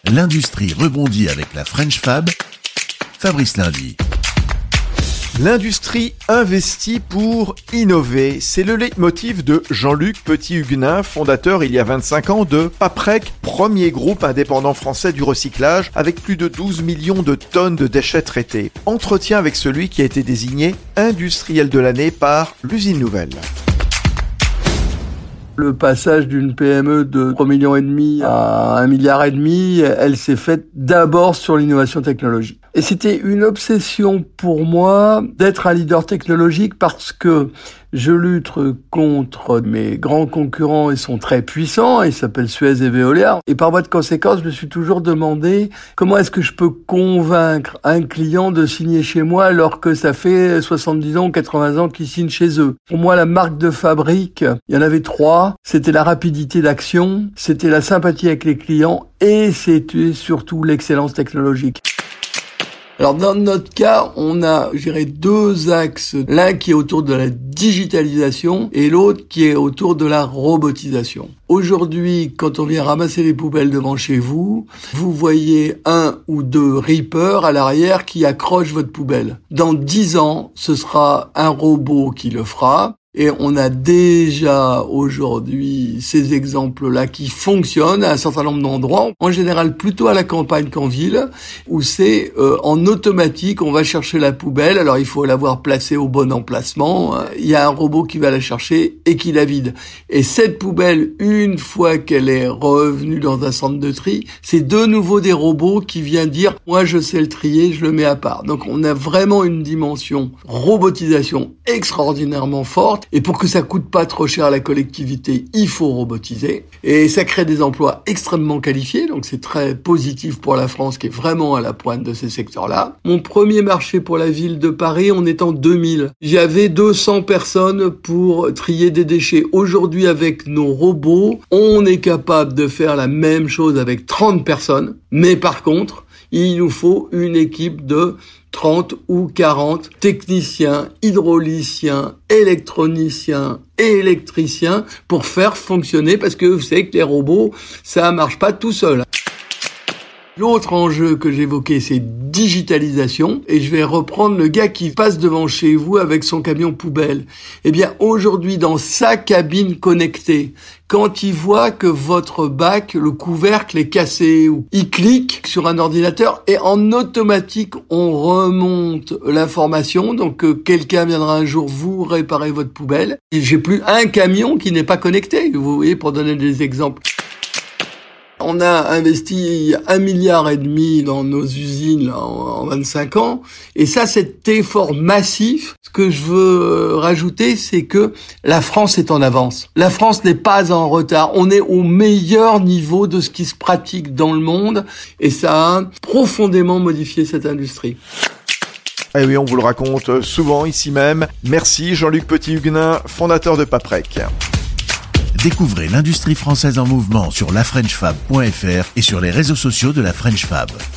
L'industrie rebondit avec la French Fab. Fabrice Lundy. L'industrie investit pour innover. C'est le leitmotiv de Jean-Luc Petit-Huguenin, fondateur il y a 25 ans de Paprec, premier groupe indépendant français du recyclage avec plus de 12 millions de tonnes de déchets traités. Entretien avec celui qui a été désigné industriel de l'année par l'usine Nouvelle. Le passage d'une PME de 3,5 millions à 1,5 milliard, elle s'est faite d'abord sur l'innovation technologique. Et c'était une obsession pour moi d'être un leader technologique parce que je lutte contre mes grands concurrents, ils sont très puissants, ils s'appellent Suez et Veolia. Et par voie de conséquence, je me suis toujours demandé comment est-ce que je peux convaincre un client de signer chez moi alors que ça fait 70 ans ou 80 ans qu'il signe chez eux. Pour moi, la marque de fabrique, il y en avait 3. C'était la rapidité d'action, c'était la sympathie avec les clients et c'était surtout l'excellence technologique. Alors dans notre cas, on a, je dirais, 2 axes. L'un qui est autour de la digitalisation et l'autre qui est autour de la robotisation. Aujourd'hui, quand on vient ramasser les poubelles devant chez vous, vous voyez 1 ou 2 rippers à l'arrière qui accrochent votre poubelle. Dans 10 ans, ce sera un robot qui le fera. Et on a déjà aujourd'hui ces exemples-là qui fonctionnent à un certain nombre d'endroits, en général plutôt à la campagne qu'en ville, où c'est en automatique, on va chercher la poubelle, alors il faut l'avoir placée au bon emplacement, il y a un robot qui va la chercher et qui la vide. Et cette poubelle, une fois qu'elle est revenue dans un centre de tri, c'est de nouveau des robots qui viennent dire « moi je sais le trier, je le mets à part ». Donc on a vraiment une dimension robotisation extraordinairement forte. Et pour que ça coûte pas trop cher à la collectivité, il faut robotiser. Et ça crée des emplois extrêmement qualifiés, donc c'est très positif pour la France qui est vraiment à la pointe de ces secteurs-là. Mon premier marché pour la ville de Paris, on est en 2000. J'avais 200 personnes pour trier des déchets. Aujourd'hui, avec nos robots, on est capable de faire la même chose avec 30 personnes. Mais par contre, il nous faut une équipe de 30 ou 40 techniciens, hydrauliciens, électroniciens et électriciens pour faire fonctionner, parce que vous savez que les robots, ça marche pas tout seul. L'autre enjeu que j'évoquais, c'est digitalisation. Et je vais reprendre le gars qui passe devant chez vous avec son camion poubelle. Eh bien, aujourd'hui, dans sa cabine connectée, quand il voit que votre bac, le couvercle est cassé, ou il clique sur un ordinateur et en automatique, on remonte l'information. Donc, quelqu'un viendra un jour vous réparer votre poubelle. Et j'ai plus un camion qui n'est pas connecté. Vous voyez, pour donner des exemples. On a investi 1,5 milliard dans nos usines là, en 25 ans. Et ça, cet effort massif, ce que je veux rajouter, c'est que la France est en avance. La France n'est pas en retard. On est au meilleur niveau de ce qui se pratique dans le monde. Et ça a profondément modifié cette industrie. Eh oui, on vous le raconte souvent ici même. Merci Jean-Luc Petit-Huguenin, fondateur de Paprec. Découvrez l'industrie française en mouvement sur lafrenchfab.fr et sur les réseaux sociaux de la French Fab.